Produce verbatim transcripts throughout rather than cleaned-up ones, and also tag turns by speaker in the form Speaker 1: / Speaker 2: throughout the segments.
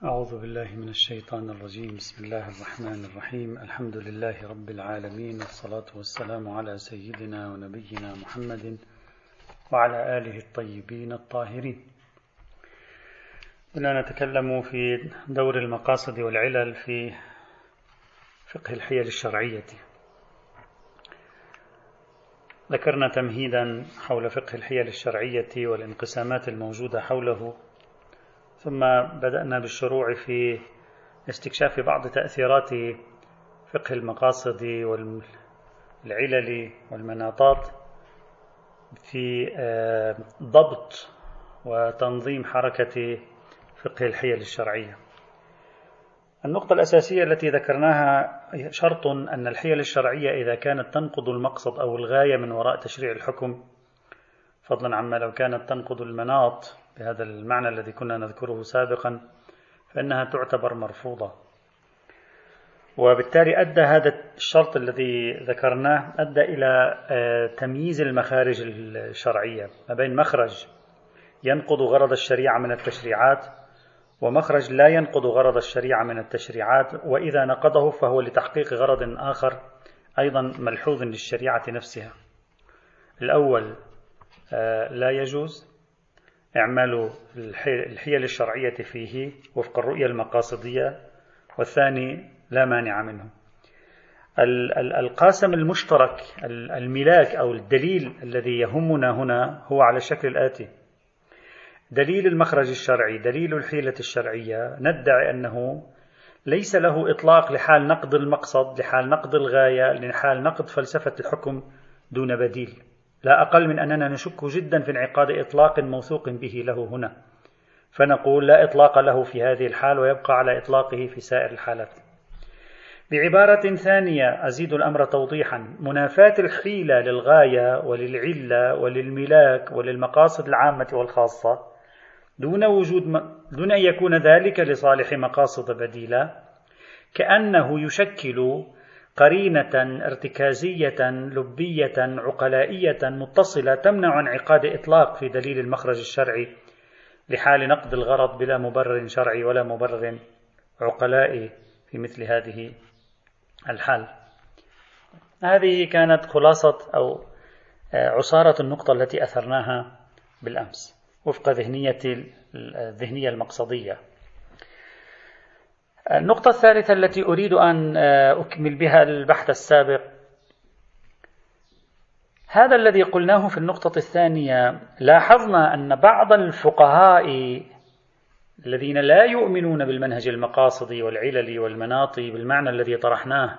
Speaker 1: أعوذ بالله من الشيطان الرجيم. بسم الله الرحمن الرحيم. الحمد لله رب العالمين، والصلاة والسلام على سيدنا ونبينا محمد وعلى آله الطيبين الطاهرين. كنا نتكلم في دور المقاصد والعلل في فقه الحيل الشرعية. ذكرنا تمهيدا حول فقه الحيل الشرعية والانقسامات الموجودة حوله، ثم بدأنا بالشروع في استكشاف بعض تأثيرات فقه المقاصد والعلل والمناطات في ضبط وتنظيم حركة فقه الحيل الشرعية. النقطة الأساسية التي ذكرناها شرط أن الحيل الشرعية إذا كانت تنقض المقصد أو الغاية من وراء تشريع الحكم، فضلا عما لو كانت تنقض المناط بهذا المعنى الذي كنا نذكره سابقا، فإنها تعتبر مرفوضة. وبالتالي أدى هذا الشرط الذي ذكرناه أدى إلى تمييز المخارج الشرعية ما بين مخرج ينقض غرض الشريعة من التشريعات ومخرج لا ينقض غرض الشريعة من التشريعات، وإذا نقضه فهو لتحقيق غرض آخر أيضا ملحوظ للشريعة نفسها. الأول لا يجوز إعمال الحيل الشرعية فيه وفق الرؤية المقاصدية، والثاني لا مانع منه. القاسم المشترك الملاك أو الدليل الذي يهمنا هنا هو على الشكل الآتي: دليل المخرج الشرعي، دليل الحيلة الشرعية، ندعي أنه ليس له إطلاق لحال نقض المقصد، لحال نقض الغاية، لحال نقض فلسفة الحكم دون بديل، لا أقل من أننا نشك جدا في انعقاد إطلاق موثوق به له هنا، فنقول لا إطلاق له في هذه الحال ويبقى على إطلاقه في سائر الحالات. بعبارة ثانية أزيد الأمر توضيحا: منافاة الحيلة للغاية وللعلة وللملاك وللمقاصد العامة والخاصة دون وجود م... دون أن يكون ذلك لصالح مقاصد بديلة، كأنه يشكل قرينة ارتكازية لبية عقلائية متصلة تمنع انعقاد إطلاق في دليل المخرج الشرعي لحال نقض الغرض بلا مبرر شرعي ولا مبرر عقلائي في مثل هذه الحال. هذه كانت خلاصة أو عصارة النقطة التي أثرناها بالأمس وفق ذهنية الذهنية المقصدية. النقطة الثالثة التي أريد أن أكمل بها البحث السابق، هذا الذي قلناه في النقطة الثانية. لاحظنا أن بعض الفقهاء الذين لا يؤمنون بالمنهج المقاصدي والعلل والمناطي بالمعنى الذي طرحناه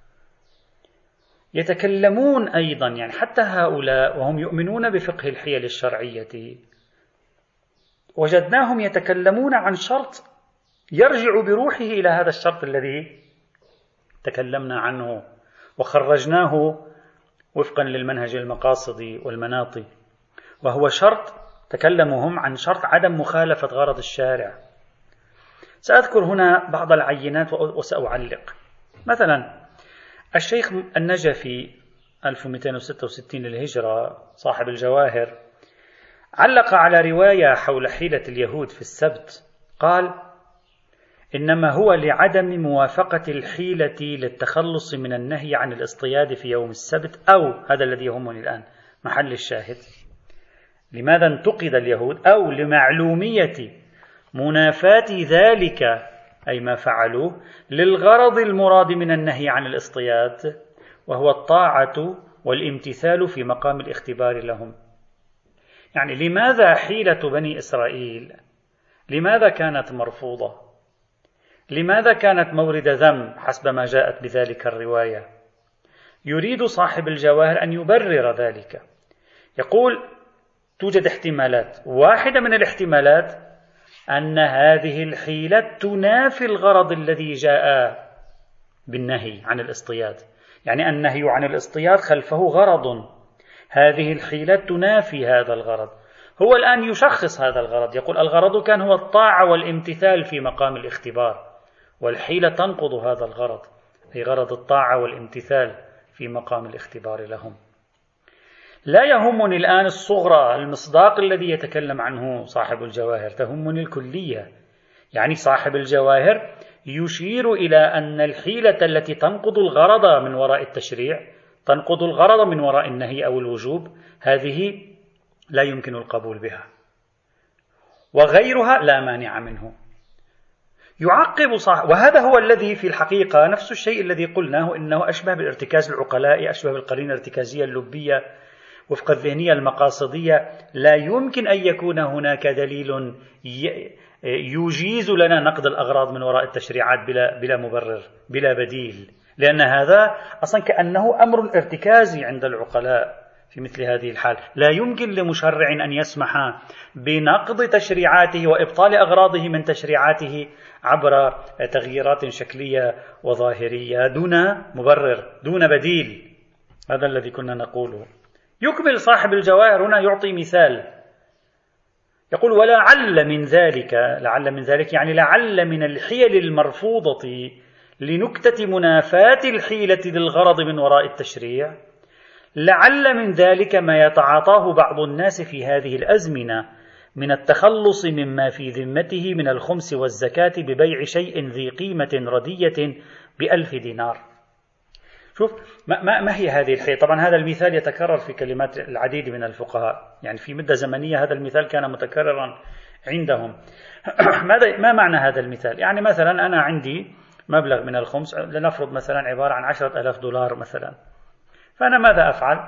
Speaker 1: يتكلمون أيضا، يعني حتى هؤلاء وهم يؤمنون بفقه الحيل الشرعية وجدناهم يتكلمون عن شرط يرجع بروحه إلى هذا الشرط الذي تكلمنا عنه وخرجناه وفقا للمنهج المقاصدي والمناطي، وهو شرط تكلموا هم عن شرط عدم مخالفة غرض الشارع. سأذكر هنا بعض العينات وسأعلق. مثلا الشيخ النجفي ألف ومئتين وستة وستين للهجرة صاحب الجواهر علق على رواية حول حيلة اليهود في السبت، قال: إنما هو لعدم موافقة الحيلة للتخلص من النهي عن الاصطياد في يوم السبت، أو هذا الذي يهمني الآن محل الشاهد، لماذا انتقد اليهود؟ أو لمعلومية منافاة ذلك أي ما فعلوه للغرض المراد من النهي عن الاصطياد، وهو الطاعة والامتثال في مقام الاختبار لهم. يعني لماذا حيلة بني إسرائيل لماذا كانت مرفوضة؟ لماذا كانت مورد ذم حسب ما جاءت بذلك الرواية؟ يريد صاحب الجواهر أن يبرر ذلك. يقول: توجد احتمالات. واحدة من الاحتمالات أن هذه الحيلة تنافي الغرض الذي جاء بالنهي عن الاصطياد، يعني النهي عن الاصطياد خلفه غرض، هذه الحيلة تنافي هذا الغرض. هو الآن يشخص هذا الغرض، يقول الغرض كان هو الطاعة والامتثال في مقام الاختبار، والحيلة تنقض هذا الغرض، أي غرض الطاعة والامتثال في مقام الاختبار لهم. لا يهمني الآن الصغرى المصداق الذي يتكلم عنه صاحب الجواهر، تهمني الكلية. يعني صاحب الجواهر يشير إلى أن الحيلة التي تنقض الغرض من وراء التشريع، تنقض الغرض من وراء النهي أو الوجوب، هذه لا يمكن القبول بها، وغيرها لا مانع منه. يعقب صاحب، وهذا هو الذي في الحقيقة نفس الشيء الذي قلناه إنه أشبه بالارتكاز العقلائي، أشبه بالقرينة الارتكازية اللبية وفق الذهنية المقاصدية. لا يمكن أن يكون هناك دليل يجيز لنا نقد الأغراض من وراء التشريعات بلا, بلا مبرر، بلا بديل، لأن هذا أصلا كأنه أمر ارتكازي عند العقلاء. في مثل هذه الحال لا يمكن لمشرع أن يسمح بنقض تشريعاته وإبطال أغراضه من تشريعاته عبر تغييرات شكلية وظاهرية دون مبرر، دون بديل. هذا الذي كنا نقوله. يكمل صاحب الجواهر هنا يعطي مثال، يقول: ولعل من ذلك، لعل من ذلك يعني لعل من الحيل المرفوضة لنكتة منافاة الحيلة للغرض من وراء التشريع، لعل من ذلك ما يتعاطاه بعض الناس في هذه الأزمنة من التخلص مما في ذمته من الخمس والزكاة ببيع شيء ذي قيمة ردية بألف دينار. شوف ما, ما, ما هي هذه الحيلة؟ طبعا هذا المثال يتكرر في كلمات العديد من الفقهاء، يعني في مدة زمنية هذا المثال كان متكررا عندهم. ماذا ما معنى هذا المثال؟ يعني مثلا أنا عندي مبلغ من الخمس، لنفرض مثلا عبارة عن عشرة ألاف دولار مثلا، فأنا ماذا أفعل؟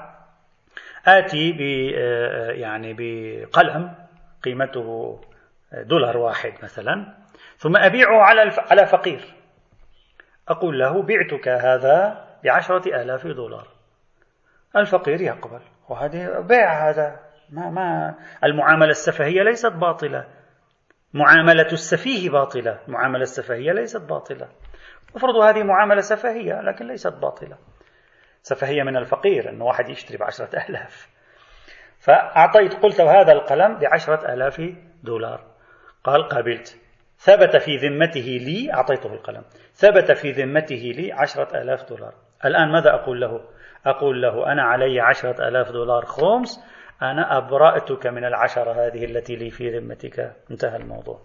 Speaker 1: آتي ب يعني بقلم قيمته دولار واحد مثلا، ثم أبيعه على على فقير، أقول له: بعتك هذا بعشرة آلاف دولار. الفقير يقبل، وهذا بيع، هذا ما ما المعاملة السفهية ليست باطلة، معاملة السفيه باطلة، المعاملة السفهية ليست باطلة. افرض هذه معاملة سفهية لكن ليست باطلة، سفهية من الفقير أنه واحد يشتري بعشرة آلاف، فأعطيت قلت هذا القلم بعشرة آلاف دولار، قال: قابلت، ثبت في ذمته لي، أعطيته القلم، ثبت في ذمته لي عشرة آلاف دولار. الآن ماذا أقول له؟ أقول له: أنا علي عشرة آلاف دولار خمس، أنا أبرأتك من العشرة هذه التي لي في ذمتك، انتهى الموضوع.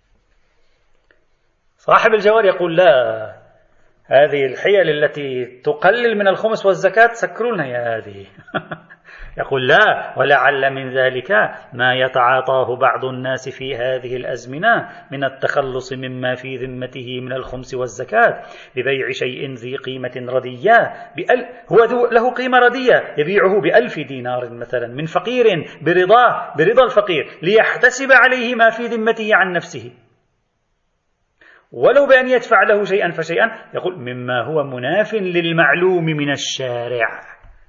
Speaker 1: صاحب الجوار يقول: لا، هذه الحيل التي تقلل من الخمس والزكاة سكرونها يا هذه. يقول: لا، ولعل من ذلك ما يتعاطاه بعض الناس في هذه الأزمنة من التخلص مما في ذمته من الخمس والزكاة ببيع شيء ذي قيمة ردية بأل... هو له قيمة ردية، يبيعه بألف دينار مثلا من فقير برضاه، برضا الفقير، ليحتسب عليه ما في ذمته عن نفسه، ولو بأن يدفع له شيئا فشيئا. يقول: مما هو مناف للمعلوم من الشارع،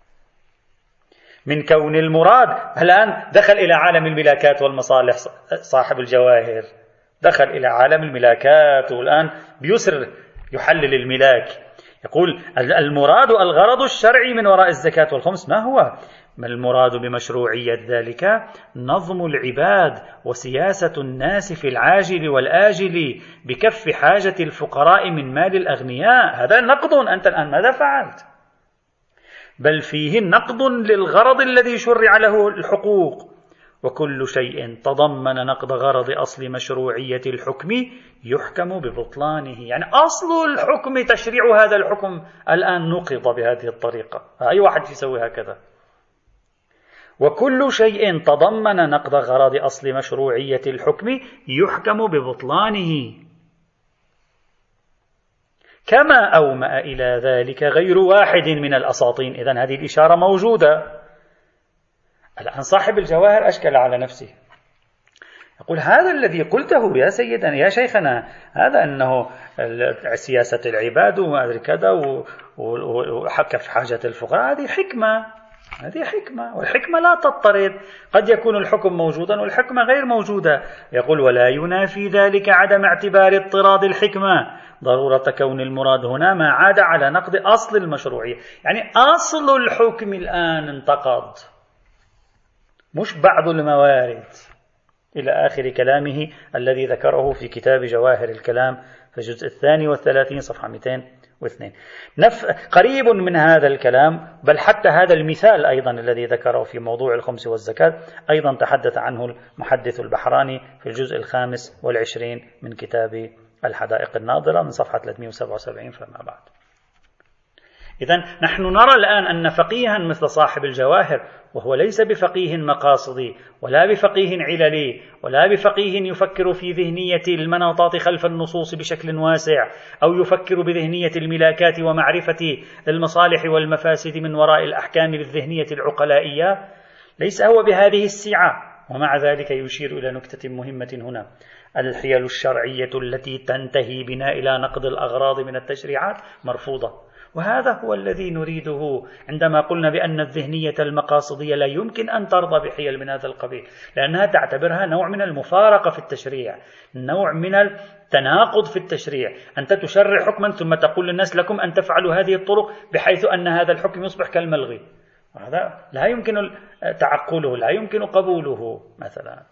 Speaker 1: من كون المراد. الآن دخل إلى عالم الملاكات والمصالح صاحب الجواهر، دخل إلى عالم الملاكات، والآن بيسر يحلل الملاك. يقول: المراد الغرض الشرعي من وراء الزكاة والخمس ما هو؟ ما المراد بمشروعية ذلك؟ نظم العباد وسياسة الناس في العاجل والآجل بكف حاجة الفقراء من مال الأغنياء. هذا نقد، أنت الآن ماذا فعلت؟ بل فيه نقد للغرض الذي شرع له الحقوق. وكل شيء تضمن نقض غرض أصل مشروعية الحكم يحكم ببطلانه. يعني أصل الحكم تشريع هذا الحكم الآن نقض بهذه الطريقة، أي واحد يسوي هكذا. وكل شيء تضمن نقض غرض أصل مشروعية الحكم يحكم ببطلانه، كما أومأ إلى ذلك غير واحد من الأساطين. إذن هذه الإشارة موجودة. الآن صاحب الجواهر أشكل على نفسه، يقول: هذا الذي قلته يا سيدنا يا شيخنا، هذا أنه سياسة العباد وما أدري كذا وحكف حاجة الفقراء، هذه حكمة، هذه حكمة، والحكمة لا تضطرد، قد يكون الحكم موجودا والحكمة غير موجودة. يقول: ولا ينافي ذلك عدم اعتبار اضطراد الحكمة ضرورة كون المراد هنا ما عاد على نقض أصل المشروعية. يعني أصل الحكم الآن انتقض، مش بعض الموارد. إلى آخر كلامه الذي ذكره في كتاب جواهر الكلام في الجزء الثاني والثلاثين صفحة مئتين واثنين. نف... قريب من هذا الكلام، بل حتى هذا المثال أيضا الذي ذكره في موضوع الخمس والزكاة أيضا تحدث عنه المحدث البحراني في الجزء الخامس والعشرين من كتاب الحدائق الناظرة من صفحة ثلاثمئة وسبعة وسبعين فما بعد. إذن نحن نرى الآن أن فقيها مثل صاحب الجواهر، وهو ليس بفقيه مقاصدي ولا بفقيه عللي ولا بفقيه يفكر في ذهنية المناطات خلف النصوص بشكل واسع، أو يفكر بذهنية الملاكات ومعرفة المصالح والمفاسد من وراء الأحكام بالذهنية العقلائية، ليس هو بهذه السعة. ومع ذلك يشير إلى نكتة مهمة هنا: الحيل الشرعية التي تنتهي بنا إلى نقض الأغراض من التشريعات مرفوضة. وهذا هو الذي نريده عندما قلنا بأن الذهنية المقاصدية لا يمكن أن ترضى بحيل من هذا القبيل، لأنها تعتبرها نوع من المفارقة في التشريع، نوع من التناقض في التشريع. أنت تشرع حكما ثم تقول للناس لكم أن تفعلوا هذه الطرق بحيث أن هذا الحكم يصبح كالملغي. هذا لا يمكن تعقله، لا يمكن قبوله. مثلا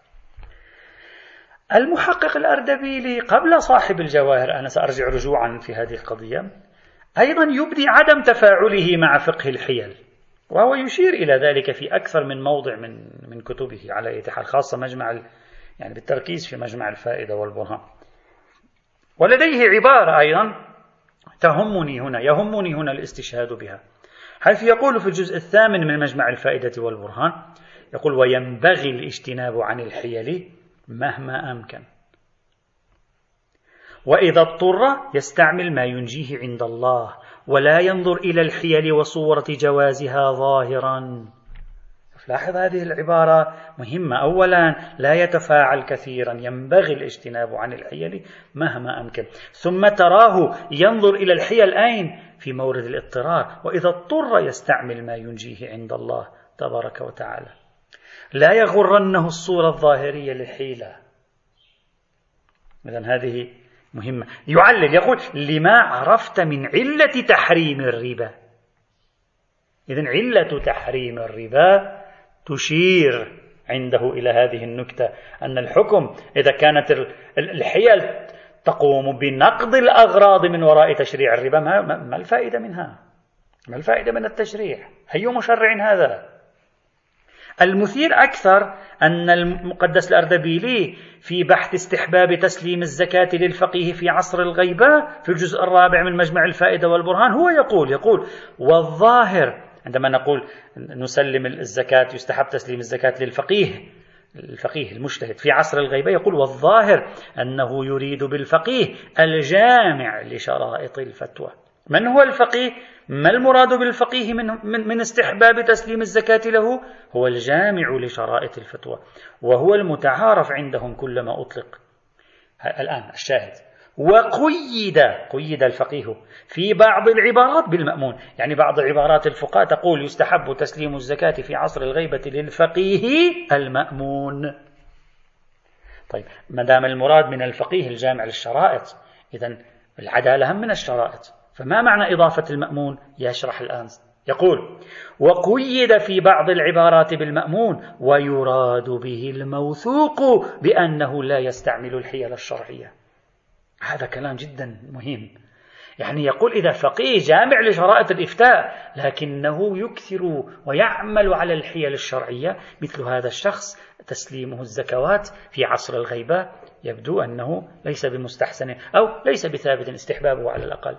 Speaker 1: المحقق الأردبيلي قبل صاحب الجواهر، أنا سأرجع رجوعا في هذه القضية، أيضا يبدي عدم تفاعله مع فقه الحيل، وهو يشير إلى ذلك في أكثر من موضع من من كتبه على أي حال، خاصة مجمع يعني بالتركيز في مجمع الفائدة والبرهان. ولديه عبارة أيضا تهمني هنا يهمني هنا الاستشهاد بها، حيث يقول في الجزء الثامن من مجمع الفائدة والبرهان، يقول: وينبغي الاجتناب عن الحيل مهما أمكن، وإذا اضطر يستعمل ما ينجيه عند الله، ولا ينظر إلى الحيل وصورة جوازها ظاهرا. لاحظ هذه العبارة مهمة. أولا لا يتفاعل كثيرا، ينبغي الاجتناب عن الحيل مهما أمكن، ثم تراه ينظر إلى الحيل أين؟ في مورد الاضطرار، وإذا اضطر يستعمل ما ينجيه عند الله تبارك وتعالى. لا يغرنه الصورة الظاهرية للحيلة. إذن هذه مهمة. يعلل يقول: لما عرفت من علة تحريم الربا. إذن علة تحريم الربا تشير عنده إلى هذه النكتة، أن الحكم إذا كانت الحيل تقوم بنقض الأغراض من وراء تشريع الربا، ما الفائدة منها؟ ما الفائدة من التشريع؟ أي مشرع هذا؟ المثير أكثر أن المقدس الأردبيلي في بحث استحباب تسليم الزكاة للفقيه في عصر الغيبة في الجزء الرابع من مجمع الفائدة والبرهان، هو يقول يقول والظاهر عندما نقول نسلم الزكاة يستحب تسليم الزكاة للفقيه الفقيه المجتهد في عصر الغيبة، يقول: والظاهر أنه يريد بالفقيه الجامع لشرائط الفتوى. من هو الفقيه؟ ما المراد بالفقيه من, من, من استحباب تسليم الزكاة له؟ هو الجامع لشرائط الفتوى، وهو المتعارف عندهم كلما أطلق. الآن الشاهد: وقيد قيد الفقيه في بعض العبارات بالمأمون، يعني بعض عبارات الفقهاء تقول يستحب تسليم الزكاة في عصر الغيبة للفقيه المأمون. طيب، ما دام المراد من الفقيه الجامع للشرائط، إذن العدالة هم من الشرائط، فما معنى إضافة المأمون؟ يشرح الآن. يقول: وقيد في بعض العبارات بالمأمون، ويراد به الموثوق بأنه لا يستعمل الحيل الشرعية. هذا كلام جدا مهم. يعني يقول إذا فقيه جامع لشرائط الإفتاء لكنه يكثر ويعمل على الحيل الشرعية، مثل هذا الشخص تسليمه الزكوات في عصر الغيبة يبدو أنه ليس بمستحسن أو ليس بثابت استحبابه على الأقل.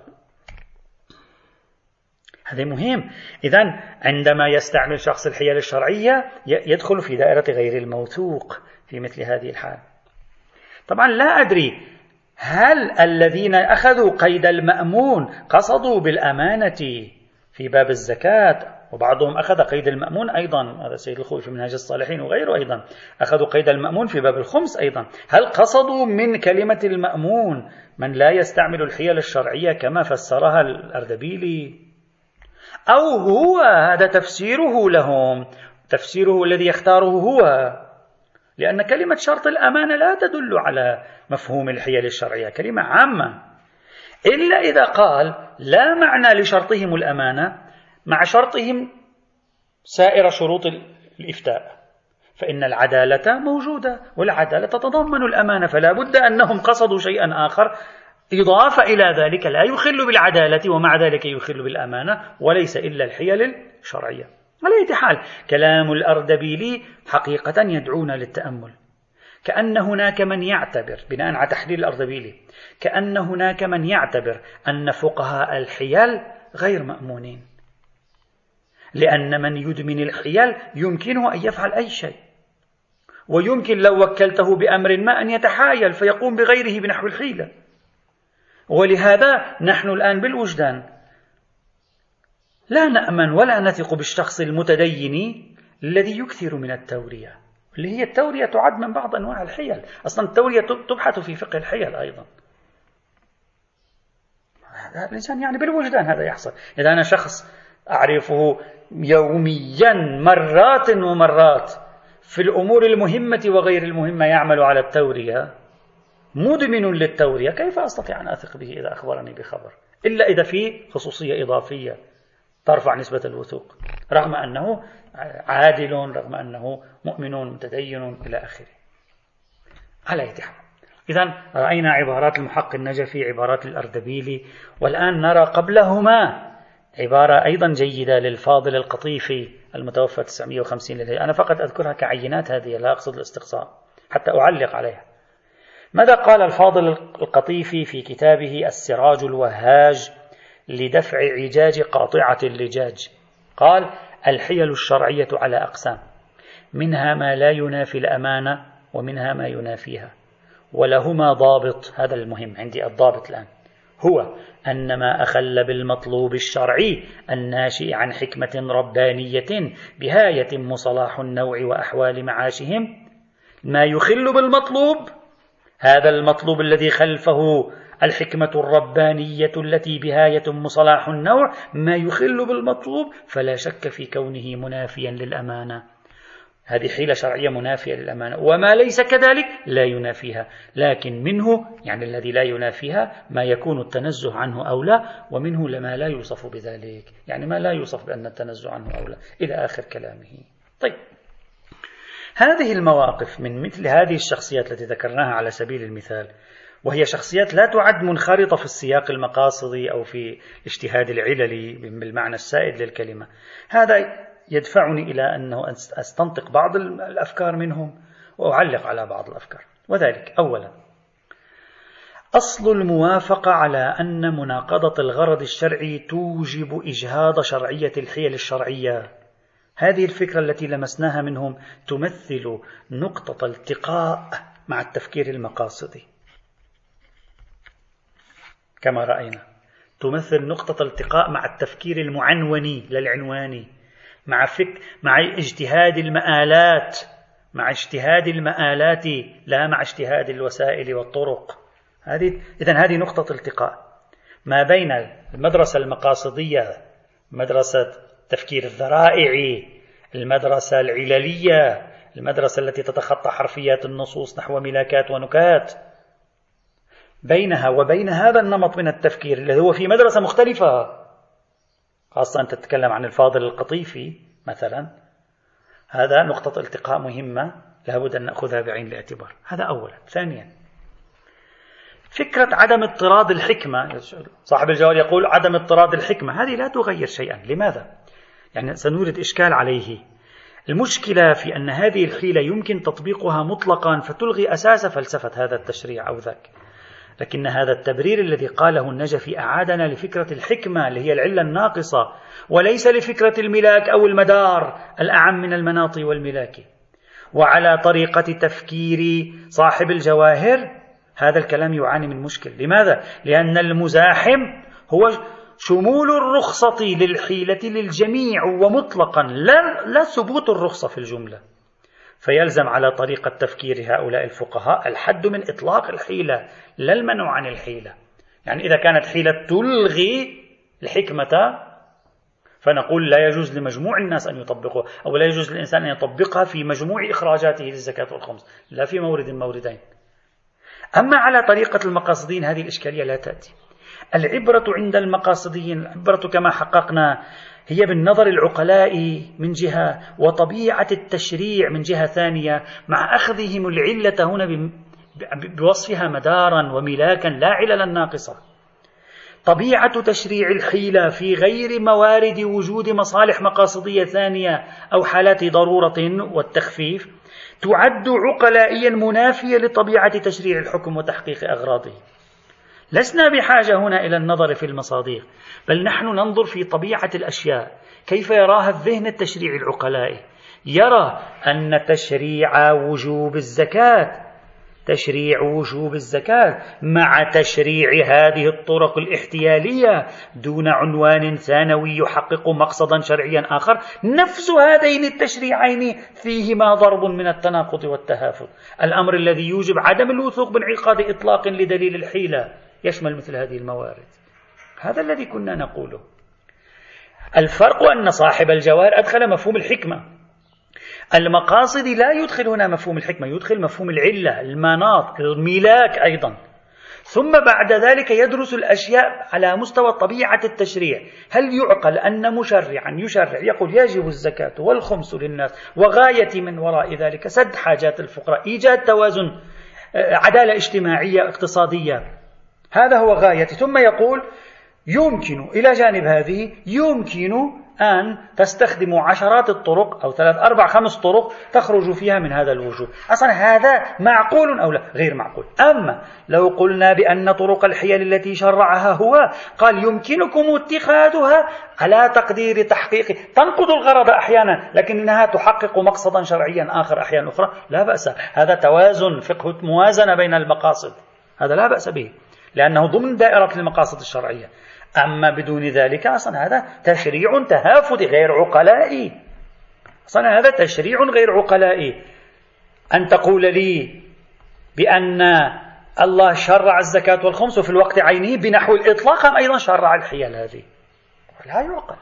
Speaker 1: هذا مهم. إذن عندما يستعمل شخص الحيل الشرعية يدخل في دائرة غير الموثوق في مثل هذه الحال. طبعا لا أدري هل الذين أخذوا قيد المأمون قصدوا بالأمانة في باب الزكاة، وبعضهم أخذ قيد المأمون أيضا، هذا سيد الخوي في منهاج الصالحين وغيره أيضا أخذوا قيد المأمون في باب الخمس أيضا. هل قصدوا من كلمة المأمون من لا يستعمل الحيل الشرعية كما فسرها الأردبيلي، أو هو هذا تفسيره لهم، تفسيره الذي يختاره هو؟ لأن كلمة شرط الأمانة لا تدل على مفهوم الحيل الشرعية، كلمة عامة، إلا إذا قال لا معنى لشرطهم الأمانة مع شرطهم سائر شروط الإفتاء، فإن العدالة موجودة، والعدالة تتضمن الأمانة، فلا بد أنهم قصدوا شيئا آخر إضافة إلى ذلك لا يخل بالعدالة ومع ذلك يخل بالأمانة، وليس إلا الحيل الشرعية. على أي حال كلام الأردبيلي حقيقة يدعونا للتأمل. كأن هناك من يعتبر بناء على تحليل الأردبيلي كأن هناك من يعتبر أن فقهاء الحيل غير مأمونين، لأن من يدمن الحيل يمكنه أن يفعل أي شيء، ويمكن لو وكلته بأمر ما أن يتحايل فيقوم بغيره بنحو الحيلة. ولهذا نحن الآن بالوجدان لا نأمن ولا نثق بالشخص المتدين الذي يكثر من التورية، اللي هي التورية تعد من بعض أنواع الحيل. أصلا التورية تبحث في فقه الحيل أيضا. الإنسان يعني بالوجدان هذا يحصل. إذا أنا شخص أعرفه يوميا مرات ومرات في الأمور المهمة وغير المهمة يعمل على التورية، مدمن للتورية، كيف أستطيع أن أثق به إذا أخبرني بخبر؟ إلا إذا في خصوصية إضافية ترفع نسبة الوثوق، رغم أنه عادل، رغم أنه مؤمن متدين إلى آخره. على أي حال، إذن رأينا عبارات المحقق النجفي، عبارات الأردبيلي، والآن نرى قبلهما عبارة أيضا جيدة للفاضل القطيفي المتوفى تسعمائة وخمسين للهجرة. أنا فقط أذكرها كعينات هذه، لا أقصد الاستقصاء حتى أعلق عليها. ماذا قال الفاضل القطيفي في كتابه السراج الوهاج لدفع عجاج قاطعة اللجاج؟ قال: الحيل الشرعية على أقسام، منها ما لا ينافي الأمانة ومنها ما ينافيها، ولهما ضابط. هذا المهم عندي، الضابط الآن هو أن ما أخل بالمطلوب الشرعي الناشئ عن حكمة ربانية بها يتم صلاح النوع وأحوال معاشهم، ما يخل بالمطلوب، هذا المطلوب الذي خلفه الحكمة الربانية التي بها يتم صلاح النوع، ما يخل بالمطلوب فلا شك في كونه منافيا للأمانة. هذه حيلة شرعية منافية للأمانة. وما ليس كذلك لا ينافيها، لكن منه يعني الذي لا ينافيها ما يكون التنزه عنه أولى، ومنه لما لا يوصف بذلك، يعني ما لا يوصف بأن التنزه عنه أولى، إلى آخر كلامه. طيب، هذه المواقف من مثل هذه الشخصيات التي ذكرناها على سبيل المثال، وهي شخصيات لا تعد منخرطة في السياق المقاصدي أو في الاجتهاد العللي بالمعنى السائد للكلمة، هذا يدفعني إلى أنه أستنطق بعض الأفكار منهم وأعلق على بعض الأفكار. وذلك: أولا، أصل الموافقة على أن مناقضة الغرض الشرعي توجب إجهاض شرعية الحيل الشرعية. هذه الفكرة التي لمسناها منهم تمثل نقطة التقاء مع التفكير المقاصدي، كما رأينا تمثل نقطة التقاء مع التفكير المعنوني للعنواني، مع فك مع اجتهاد المآلات مع اجتهاد المآلات لا مع اجتهاد الوسائل والطرق. هذه إذن هذه نقطة التقاء ما بين المدرسة المقاصدية، مدرسة تفكير الذرائع، المدرسة العللية، المدرسة التي تتخطى حرفيات النصوص نحو ملاكات ونكات، بينها وبين هذا النمط من التفكير الذي هو في مدرسة مختلفة، خاصة أنت تتكلم عن الفاضل القطيفي مثلا. هذا نقطة التقاء مهمة لابد أن نأخذها بعين الاعتبار. هذا أولا. ثانيا، فكرة عدم اضطراد الحكمة. صاحب الجواب يقول عدم اضطراد الحكمة، هذه لا تغير شيئا. لماذا؟ يعني سنورد إشكال عليه. المشكلة في أن هذه الحيلة يمكن تطبيقها مطلقا فتلغي أساس فلسفة هذا التشريع أو ذاك، لكن هذا التبرير الذي قاله النجفي أعادنا لفكرة الحكمة اللي هي العلة الناقصة، وليس لفكرة الملاك أو المدار الأعم من المناط والملاك. وعلى طريقة تفكير صاحب الجواهر هذا الكلام يعاني من مشكل. لماذا؟ لأن المزاحم هو شمول الرخصة للحيلة للجميع ومطلقا، لا, لا ثبوت الرخصة في الجملة، فيلزم على طريقة تفكير هؤلاء الفقهاء الحد من إطلاق الحيلة لا المنع عن الحيلة. يعني إذا كانت حيلة تلغي الحكمة فنقول لا يجوز لمجموع الناس أن يطبقوها، أو لا يجوز للإنسان أن يطبقها في مجموع إخراجاته للزكاة والخمس، لا في مورد موردين. أما على طريقة المقاصدين هذه الإشكالية لا تأتي. العبرة عند المقاصدين، العبرة كما حققنا هي بالنظر العقلائي من جهة، وطبيعة التشريع من جهة ثانية، مع أخذهم العلة هنا بوصفها مدارا وملاكا لا عللا ناقصة. طبيعة تشريع الحيلة في غير موارد وجود مصالح مقاصدية ثانية أو حالات ضرورة والتخفيف تعد عقلائيا منافية لطبيعة تشريع الحكم وتحقيق أغراضه. لسنا بحاجة هنا إلى النظر في المصادر، بل نحن ننظر في طبيعة الأشياء كيف يراها الذهن التشريعي العقلائي. يرى أن تشريع وجوب الزكاة تشريع وجوب الزكاة مع تشريع هذه الطرق الاحتيالية دون عنوان ثانوي يحقق مقصدا شرعيا آخر، نفس هذين التشريعين فيهما ضرب من التناقض والتهافت، الأمر الذي يوجب عدم الوثوق بانعقاد إطلاق لدليل الحيلة يشمل مثل هذه الموارد. هذا الذي كنا نقوله. الفرق أن صاحب الجواهر أدخل مفهوم الحكمة. المقاصد لا يدخل هنا مفهوم الحكمة، يدخل مفهوم العلة، المناط، الملاك أيضا. ثم بعد ذلك يدرس الأشياء على مستوى طبيعة التشريع. هل يعقل أن مشرعا يشرع يقول يجب الزكاة والخمس للناس وغاية من وراء ذلك سد حاجات الفقراء، إيجاد توازن، عدالة اجتماعية اقتصادية، هذا هو غايته، ثم يقول يمكن إلى جانب هذه يمكن أن تستخدموا عشرات الطرق أو ثلاث أربع خمس طرق تخرج فيها من هذا الوجوب. أصلا هذا معقول أو لا؟ غير معقول. أما لو قلنا بأن طرق الحيل التي شرعها هو قال يمكنكم اتخاذها على تقدير تحقيق، تنقض الغرض أحيانا لكنها تحقق مقصدا شرعيا آخر أحيانا أخرى، لا بأس. هذا توازن، فقه موازنة بين المقاصد، هذا لا بأس به لأنه ضمن دائرة المقاصد الشرعية. أما بدون ذلك أصلا هذا تشريع تهافت غير عقلائي، أصلا هذا تشريع غير عقلائي. أن تقول لي بأن الله شرع الزكاة والخمس وفي الوقت عينه بنحو الإطلاق هم أيضا شرع الحيل هذه، لا يعقل.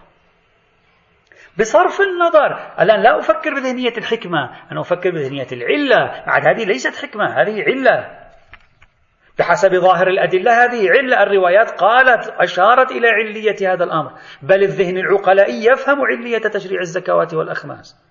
Speaker 1: بصرف النظر الآن لا أفكر بذهنية الحكمة، أنا أفكر بذهنية العلة. بعد هذه ليست حكمة، هذه علة بحسب ظاهر الأدلة، هذه علة. الروايات قالت أشارت إلى علية هذا الأمر، بل الذهن العقلائي يفهم علية تشريع الزكوات والأخماس.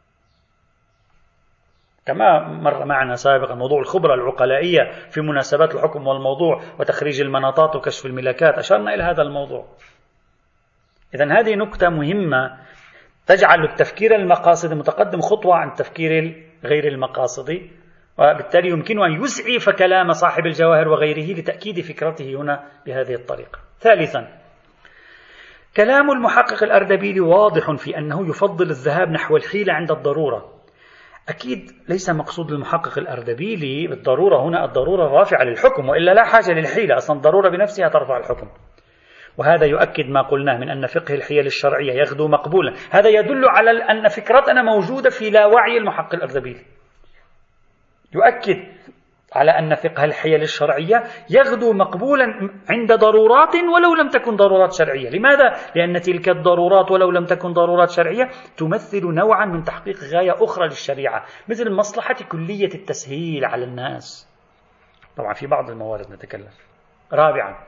Speaker 1: كما مر معنا سابقا موضوع الخبرة العقلائية في مناسبات الحكم والموضوع وتخريج المناطات وكشف الملاكات، أشرنا إلى هذا الموضوع. إذن هذه نقطة مهمة تجعل التفكير المقاصدي متقدم خطوة عن التفكير غير المقاصدي، وبالتالي يمكن أن يسعف كلام صاحب الجواهر وغيره لتأكيد فكرته هنا بهذه الطريقة. ثالثا، كلام المحقق الأردبيلي واضح في أنه يفضل الذهاب نحو الحيلة عند الضرورة. أكيد ليس مقصود المحقق الأردبيلي بالضرورة هنا الضرورة الرافعة للحكم، وإلا لا حاجة للحيلة، أصلا الضرورة بنفسها ترفع الحكم. وهذا يؤكد ما قلناه من أن فقه الحيل الشرعية يغدو مقبولا. هذا يدل على أن فكرتنا موجودة في لا وعي المحقق الأردبيلي، يؤكد على أن فقه الحيل الشرعية يغدو مقبولا عند ضرورات ولو لم تكن ضرورات شرعية. لماذا؟ لأن تلك الضرورات ولو لم تكن ضرورات شرعية تمثل نوعا من تحقيق غاية أخرى للشريعة، مثل مصلحة كلية التسهيل على الناس. طبعا في بعض الموارد نتكلم. رابعا،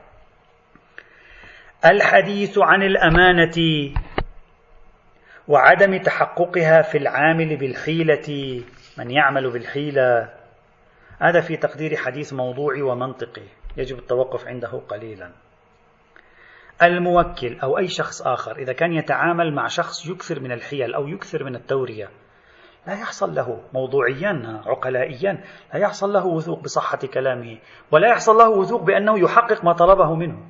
Speaker 1: الحديث عن الأمانة وعدم تحققها في العامل بالحيلة، من يعمل بالحيلة، هذا في تقدير حديث موضوعي ومنطقي يجب التوقف عنده قليلا. الموكل أو أي شخص آخر إذا كان يتعامل مع شخص يكثر من الحيل أو يكثر من التورية، لا يحصل له موضوعيا عقلائيا، لا يحصل له وثوق بصحة كلامه، ولا يحصل له وثوق بأنه يحقق ما طلبه منه.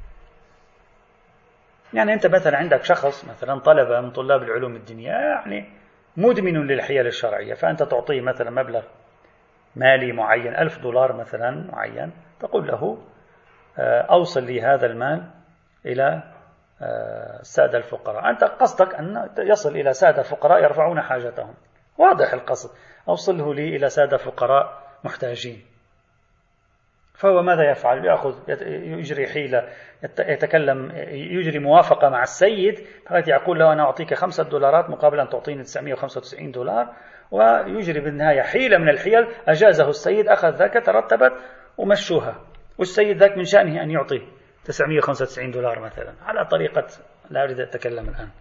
Speaker 1: يعني أنت مثلا عندك شخص مثلا طلبة من طلاب العلوم الدينية يعني مدمن للحيل الشرعية، فأنت تعطيه مثلا مبلغ مالي معين ألف دولار مثلا معين، تقول له أوصل لي هذا المال إلى السادة الفقراء. أنت قصدك أن يصل إلى سادة فقراء يرفعون حاجتهم، واضح القصد، أوصله لي إلى سادة فقراء محتاجين. فهو ماذا يفعل؟ يأخذ يجري حيلة، يتكلم يجري موافقة مع السيد، فقد يقول له أنا أعطيك خمسة دولارات مقابل أن تعطيني تسعمائة وخمسة وتسعين دولار، ويجري بالنهاية حيلة من الحيل أجازه السيد، أخذ ذاك ترتبت ومشوها، والسيد ذاك من شأنه أن يعطي تسعمائة وخمسة وتسعين دولار مثلا على طريقة، لا أريد أتكلم الآن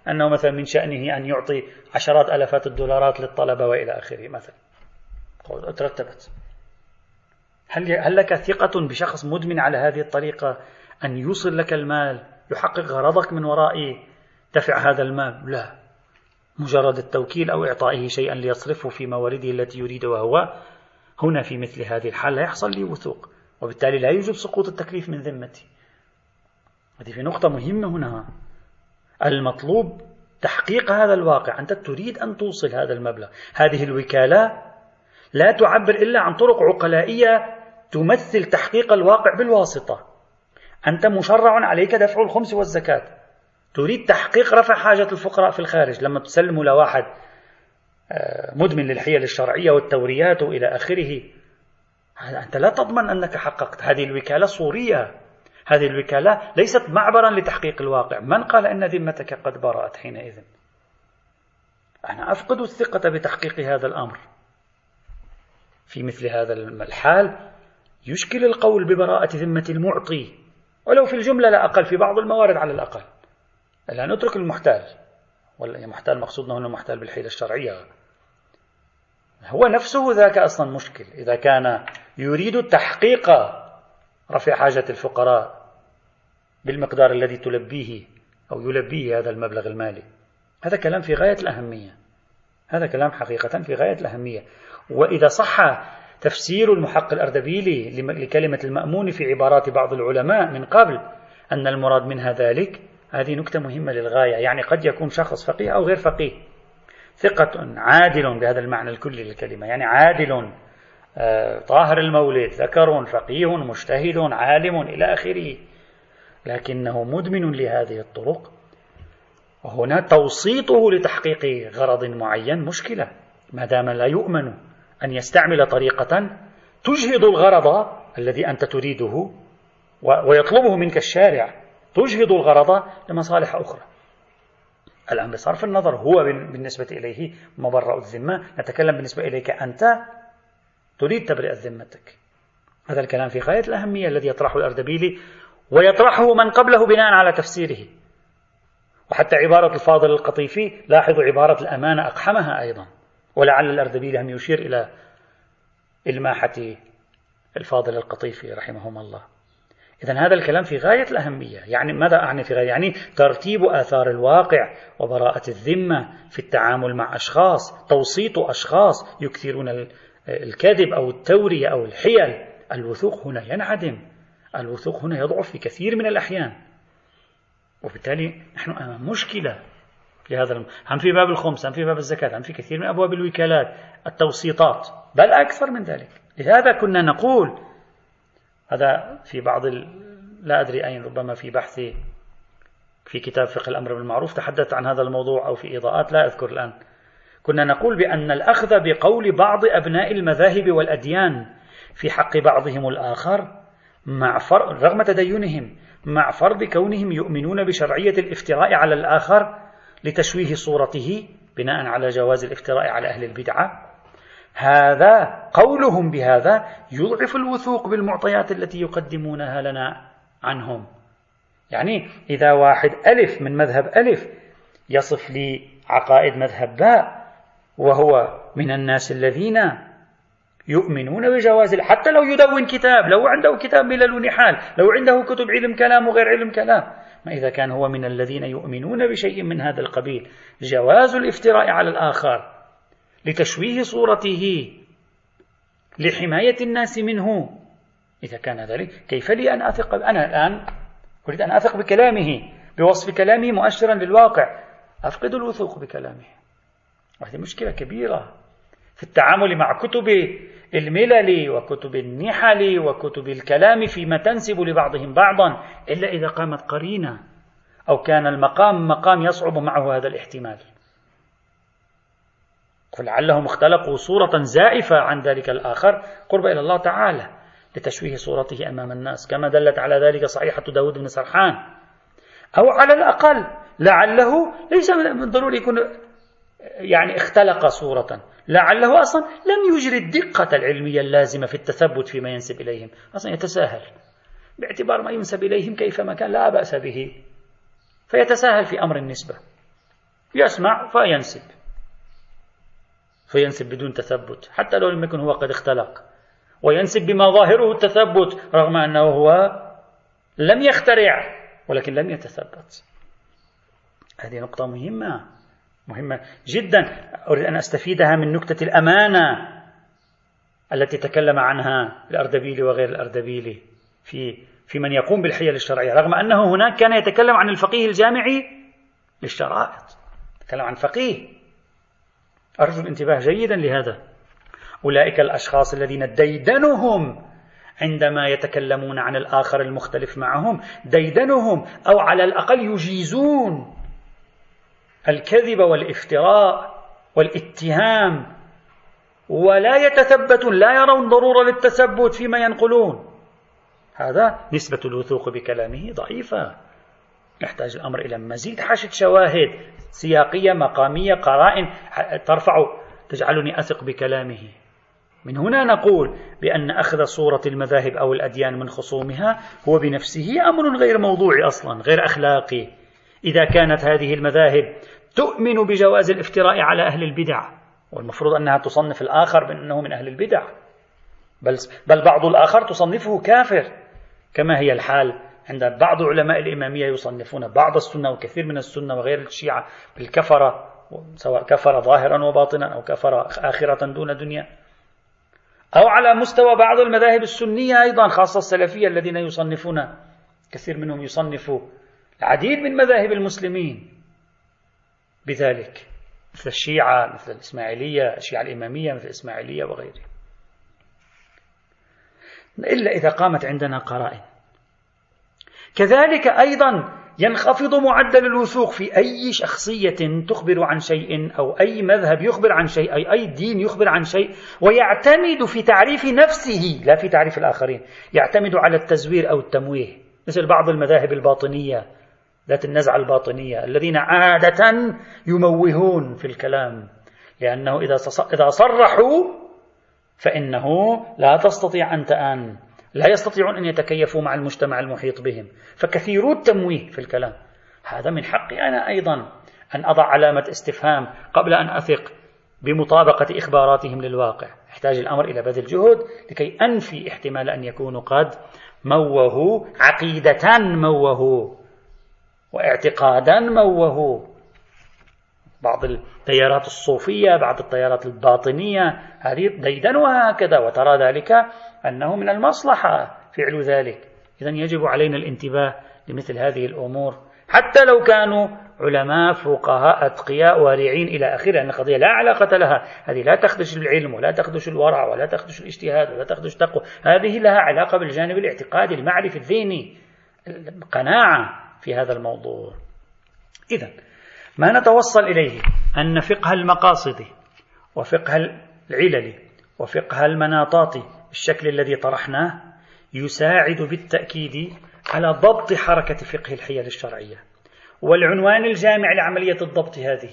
Speaker 1: أنه مثلا من شأنه أن يعطي عشرات ألفات الدولارات للطلبة وإلى آخره مثلا، ترتبت. هل هل لك ثقة بشخص مدمن على هذه الطريقة أن يوصل لك المال يحقق غرضك من وراء دفع هذا المال؟ لا، مجرد التوكيل أو إعطائه شيئا ليصرفه في موارده التي يريد، وهو هنا في مثل هذه الحال لا يحصل لي وثوق، وبالتالي لا يوجب سقوط التكليف من ذمتي. هذه في نقطة مهمة هنا. المطلوب تحقيق هذا الواقع. أنت تريد أن توصل هذا المبلغ، هذه الوكالة لا تعبر إلا عن طرق عقلائية تمثل تحقيق الواقع بالواسطة. أنت مشرع عليك دفع الخمس والزكاة، تريد تحقيق رفع حاجة الفقراء في الخارج. لما تسلموا لواحد مدمن للحيل الشرعية والتوريات وإلى آخره، أنت لا تضمن أنك حققت. هذه الوكالة صورية، هذه الوكالة ليست معبرا لتحقيق الواقع. من قال أن ذمتك قد برأت حينئذ؟ أنا أفقد الثقة بتحقيق هذا الأمر. في مثل هذا الحال يشكل القول ببراءة ذمة المعطي، ولو في الجملة لا أقل، في بعض الموارد على الأقل. لا نترك المحتال، ولا محتال مقصودنا هنا محتال بالحيلة الشرعية، هو نفسه ذاك أصلا مشكل. إذا كان يريد تحقيق رفع حاجة الفقراء بالمقدار الذي تلبيه أو يلبيه هذا المبلغ المالي، هذا كلام في غاية الأهمية، هذا كلام حقيقة في غاية الأهمية. وإذا صح تفسير المحقق الأردبيلي لكلمة المأمون في عبارات بعض العلماء من قبل أن المراد منها ذلك، هذه نكتة مهمة للغاية. يعني قد يكون شخص فقيه أو غير فقيه، ثقة عادل بهذا المعنى الكلي للكلمة، يعني عادل طاهر المولد، ذكر فقيه مجتهد عالم إلى آخره، لكنه مدمن لهذه الطرق، وهنا توسيطه لتحقيق غرض معين مشكلة، ما دام لا يؤمن أن يستعمل طريقة تجهض الغرض الذي أنت تريده ويطلبه منك الشارع، تجهض الغرض لمصالح أخرى. الآن بصرف النظر هو بالنسبة إليه مبرأ الذمة، نتكلم بالنسبة إليك أنت تريد تبرئة ذمتك. هذا الكلام في غاية الأهمية الذي يطرحه الأردبيلي ويطرحه من قبله بناء على تفسيره. وحتى عبارة الفاضل القطيفي، لاحظوا عبارة الأمانة أقحمها أيضا، ولعل الأردبيلي هم يشير إلى إلماحة الفاضل القطيفي رحمهم الله. إذن هذا الكلام في غاية الأهمية. يعني ماذا أعني في غاية؟ يعني ترتيب آثار الواقع وبراءة الذمة في التعامل مع أشخاص، توسيط أشخاص يكثرون الكذب أو التورية أو الحيل. الوثوق هنا ينعدم، الوثوق هنا يضعف في كثير من الأحيان، وبالتالي نحن أمام مشكلة في هذا الم... هم في باب الخمس، هم في باب الزكاة، هم في كثير من أبواب الوكالات، التوسيطات، بل أكثر من ذلك. لهذا كنا نقول، هذا في بعض ال... لا أدري أين، ربما في بحث في كتاب فقه الأمر بالمعروف تحدث عن هذا الموضوع، أو في إضاءات لا أذكر الآن. كنا نقول بأن الأخذ بقول بعض أبناء المذاهب والأديان في حق بعضهم الآخر مع فرق رغم تدينهم، مع فرض كونهم يؤمنون بشرعية الافتراء على الآخر لتشويه صورته بناء على جواز الافتراء على أهل البدعة، هذا قولهم بهذا يضعف الوثوق بالمعطيات التي يقدمونها لنا عنهم. يعني إذا واحد ألف من مذهب ألف يصف لي عقائد مذهب باء، وهو من الناس الذين يؤمنون بجواز، حتى لو يدون كتاب، لو عنده كتاب ملل ونحال، لو عنده كتب علم كلام وغير علم كلام، ما إذا كان هو من الذين يؤمنون بشيء من هذا القبيل، جواز الافتراء على الآخر لتشويه صورته لحماية الناس منه، إذا كان ذلك كيف لي أن أثق؟ أنا الآن أريد أن أثق بكلامه، بوصف كلامه مؤشرا للواقع، أفقد الوثوق بكلامه. وهذه مشكلة كبيرة في التعامل مع كتب الملل وكتب النحل وكتب الكلام فيما تنسب لبعضهم بعضا، إلا إذا قامت قرينة أو كان المقام مقام يصعب معه هذا الاحتمال، فلعلهم اختلقوا صورة زائفة عن ذلك الآخر قرب إلى الله تعالى لتشويه صورته أمام الناس، كما دلت على ذلك صحيحة داود بن سرحان. أو على الأقل لعله ليس من ضروري يكون يعني اختلق صورة، لعله أصلا لم يجري الدقة العلمية اللازمة في التثبت فيما ينسب إليهم، أصلا يتساهل باعتبار ما ينسب إليهم كيفما كان لا بأس به، فيتساهل في أمر النسبة. يسمع فينسب فينسب بدون تثبت حتى لو لم يكن هو قد اختلق، وينسب بما ظاهره التثبت رغم أنه هو لم يخترع ولكن لم يتثبت. هذه نقطة مهمة مهمة جدا، أريد أن أستفيدها من نكتة الأمانة التي تكلم عنها الأردبيلي وغير الأردبيلي في في من يقوم بالحيل الشرعية، رغم أنه هناك كان يتكلم عن الفقيه الجامعي للشرائط، يتكلم عن فقيه. أرجو الانتباه جيدا لهذا. أولئك الأشخاص الذين ديدنهم عندما يتكلمون عن الآخر المختلف معهم، ديدنهم أو على الأقل يجيزون الكذب والافتراء والاتهام، ولا يتثبتون، لا يرون ضرورة للتثبت فيما ينقلون. هذا نسبة الوثوق بكلامه ضعيفة، يحتاج الأمر إلى مزيد حشد شواهد سياقية مقامية قرائن ترفع تجعلني أثق بكلامه. من هنا نقول بأن أخذ صورة المذاهب أو الأديان من خصومها هو بنفسه أمر غير موضوعي أصلا، غير أخلاقي، إذا كانت هذه المذاهب تؤمن بجواز الافتراء على أهل البدع، والمفروض أنها تصنف الآخر بأنه من أهل البدع، بل, بل بعض الآخر تصنفه كافر، كما هي الحال عند بعض علماء الإمامية يصنفون بعض السنة وكثير من السنة وغير الشيعة بالكفرة، سواء كفر ظاهرا وباطنا أو كفر آخرة دون دنيا. أو على مستوى بعض المذاهب السنية أيضا، خاصة السلفية الذين يصنفون، كثير منهم يصنفوا العديد من مذاهب المسلمين بذلك، مثل الشيعة، مثل الإسماعيلية، الشيعة الإمامية مثل الإسماعيلية وغيره، إلا إذا قامت عندنا قرائن. كذلك أيضا ينخفض معدل الوثوق في أي شخصية تخبر عن شيء، أو أي مذهب يخبر عن شيء، أي أي دين يخبر عن شيء، ويعتمد في تعريف نفسه لا في تعريف الآخرين، يعتمد على التزوير أو التمويه، مثل بعض المذاهب الباطنية ذات النزعة الباطنية الذين عادة يموهون في الكلام، لأنه إذا إذا صرحوا فإنه لا تستطيع أنت أن لا يستطيعون أن يتكيفوا مع المجتمع المحيط بهم، فكثيرو التمويه في الكلام. هذا من حقي أنا أيضا أن أضع علامة استفهام قبل أن أثق بمطابقة إخباراتهم للواقع. يحتاج الأمر إلى بذل جهد لكي أنفي احتمال أن يكونوا قد موهوا عقيدة، موهوا واعتقادا، موهوا بعض التيارات الصوفية، بعض التيارات الباطنية، هذه ديدنها هكذا، وترى ذلك أنه من المصلحة فعل ذلك. إذن يجب علينا الانتباه لمثل هذه الأمور، حتى لو كانوا علماء فقهاء أتقياء وارعين إلى آخره، أن القضية لا علاقة لها، هذه لا تخدش العلم ولا تخدش الورع ولا تخدش الاجتهاد ولا تخدش التقوى، هذه لها علاقة بالجانب الاعتقادي المعرفي الذهني، القناعة في هذا الموضوع. إذن ما نتوصل إليه أن فقه المقاصد وفقه العلل وفقه المناطات بالشكل الذي طرحناه يساعد بالتأكيد على ضبط حركة فقه الحيل الشرعية. والعنوان الجامع لعملية الضبط هذه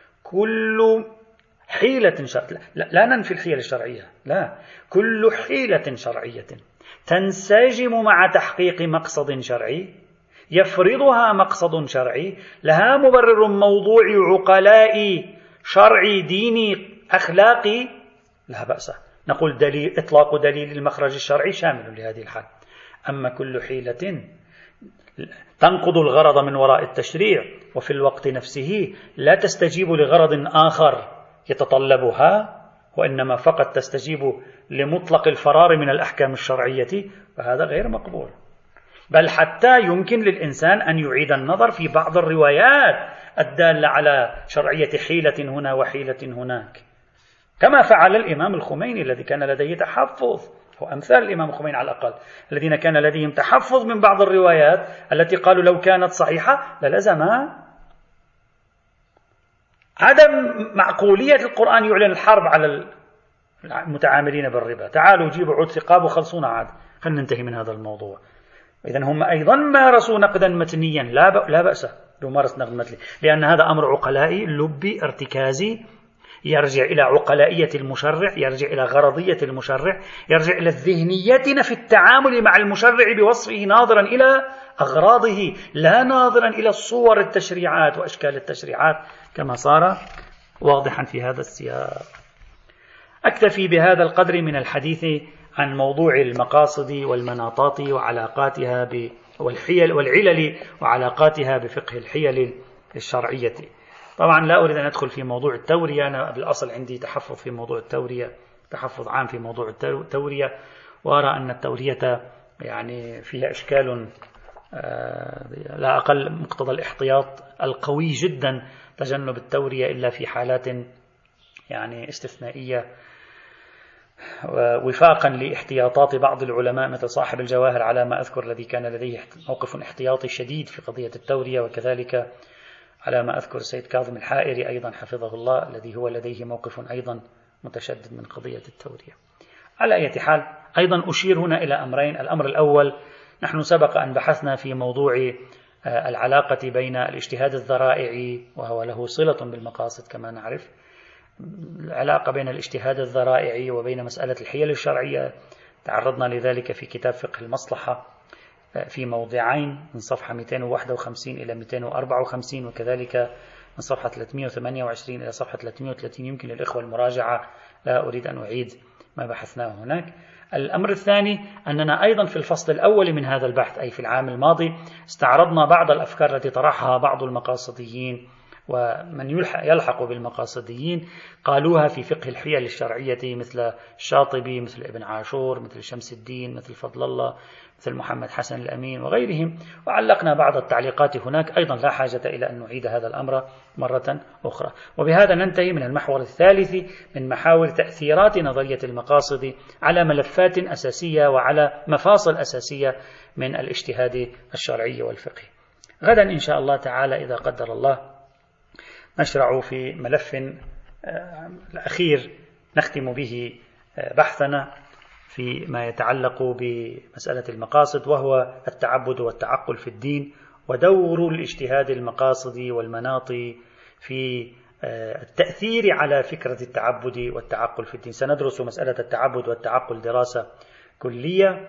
Speaker 1: كل حيلة شرعية، لا, لا ننفي الحيل الشرعية، لا، كل حيلة شرعية تنسجم مع تحقيق مقصد شرعي يفرضها مقصد شرعي، لها مبرر موضوعي عقلائي شرعي ديني أخلاقي، لا بأس نقول دليل، إطلاق دليل المخرج الشرعي شامل لهذه الحال. أما كل حيلة تنقض الغرض من وراء التشريع وفي الوقت نفسه لا تستجيب لغرض آخر يتطلبها، وإنما فقط تستجيب لمطلق الفرار من الأحكام الشرعية، فهذا غير مقبول. بل حتى يمكن للإنسان أن يعيد النظر في بعض الروايات الدالة على شرعية حيلة هنا وحيلة هناك، كما فعل الإمام الخميني الذي كان لديه تحفظ، وأمثال الإمام الخميني على الأقل الذين كان لديهم تحفظ من بعض الروايات التي قالوا لو كانت صحيحة للزم عدم معقولية القرآن يعلن الحرب على المتعاملين بالربا، تعالوا جيبوا عود ثقاب وخلصونا عاد، خلينا ننتهي من هذا الموضوع. إذن هم أيضا مارسوا نقدا متنيا، لا لا بأس بممارسة نقد متني، لأن هذا أمر عقلائي لبي ارتكازي يرجع إلى عقلائية المشرع، يرجع إلى غرضية المشرع، يرجع إلى ذهنيتنا في التعامل مع المشرع بوصفه ناظرا إلى أغراضه لا ناظرا إلى صور التشريعات وأشكال التشريعات كما صار واضحا في هذا السياق. أكتفي بهذا القدر من الحديث عن موضوع المقاصد والمناطات وعلاقاتها ب والحيل والعلل وعلاقاتها بفقه الحيل الشرعية. طبعا لا أريد أن أدخل في موضوع التورية، أنا بالأصل عندي تحفظ في موضوع التورية، تحفظ عام في موضوع التورية، وأرى أن التورية يعني فيها إشكال لا أقل مقتضى الاحتياط القوي جدا، تجنب التورية إلا في حالات يعني استثنائية، وفاقا لاحتياطات بعض العلماء مثل صاحب الجواهر على ما أذكر الذي كان لديه موقف احتياطي شديد في قضية التورية، وكذلك على ما أذكر السيد كاظم الحائري أيضا حفظه الله الذي هو لديه موقف أيضا متشدد من قضية التورية. على أي حال أيضا أشير هنا إلى أمرين. الأمر الأول، نحن سبق أن بحثنا في موضوع العلاقة بين الاجتهاد الذرائعي وهو له صلة بالمقاصد كما نعرف، العلاقة بين الاجتهاد الذرائعي وبين مسألة الحيل الشرعية، تعرضنا لذلك في كتاب فقه المصلحة في موضعين من صفحة مئتين وواحد وخمسين إلى مئتين وأربعة وخمسين، وكذلك من صفحة ثلاثمئة وثمانية وعشرين إلى صفحة ثلاثمئة وثلاثين، يمكن للإخوة المراجعة، لا أريد أن أعيد ما بحثناه هناك. الأمر الثاني أننا أيضا في الفصل الأول من هذا البحث أي في العام الماضي استعرضنا بعض الأفكار التي طرحها بعض المقاصديين ومن يلحق بالمقاصديين، قالوها في فقه الحيل الشرعية مثل الشاطبي، مثل ابن عاشور، مثل شمس الدين، مثل فضل الله، مثل محمد حسن الأمين وغيرهم، وعلقنا بعض التعليقات هناك. أيضا لا حاجة إلى أن نعيد هذا الأمر مرة أخرى. وبهذا ننتهي من المحور الثالث من محاور تأثيرات نظرية المقاصد على ملفات أساسية وعلى مفاصل أساسية من الاجتهاد الشرعي والفقهي. غدا إن شاء الله تعالى إذا قدر الله نشرع في ملف الأخير نختم به بحثنا في ما يتعلق بمسألة المقاصد، وهو التعبد والتعقل في الدين ودور الاجتهاد المقاصدي والمناط في التأثير على فكرة التعبد والتعقل في الدين. سندرس مسألة التعبد والتعقل دراسة كلية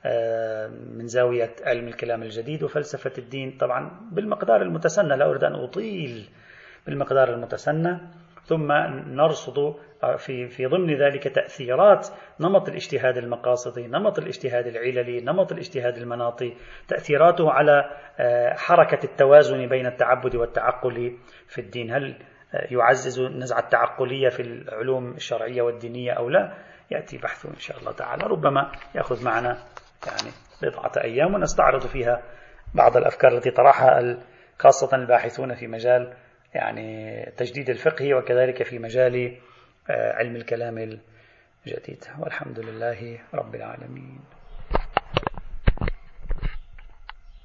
Speaker 1: من زاوية علم الكلام الجديد وفلسفة الدين، طبعا بالمقدار المتسنى، لا أريد أن أطيل، بالمقدار المتسنى، ثم نرصد في في ضمن ذلك تأثيرات نمط الاجتهاد المقاصدي، نمط الاجتهاد العللي، نمط الاجتهاد المناطي، تأثيراته على حركة التوازن بين التعبد والتعقل في الدين. هل يعزز النزعة التعقلية في العلوم الشرعية والدينية أو لا؟ يأتي بحثه إن شاء الله تعالى، ربما يأخذ معنا يعني بضعة أيام ونستعرض فيها بعض الأفكار التي طرحها خاصة الباحثون في مجال يعني تجديد الفقه وكذلك في مجال علم الكلام الجديد. والحمد لله رب العالمين.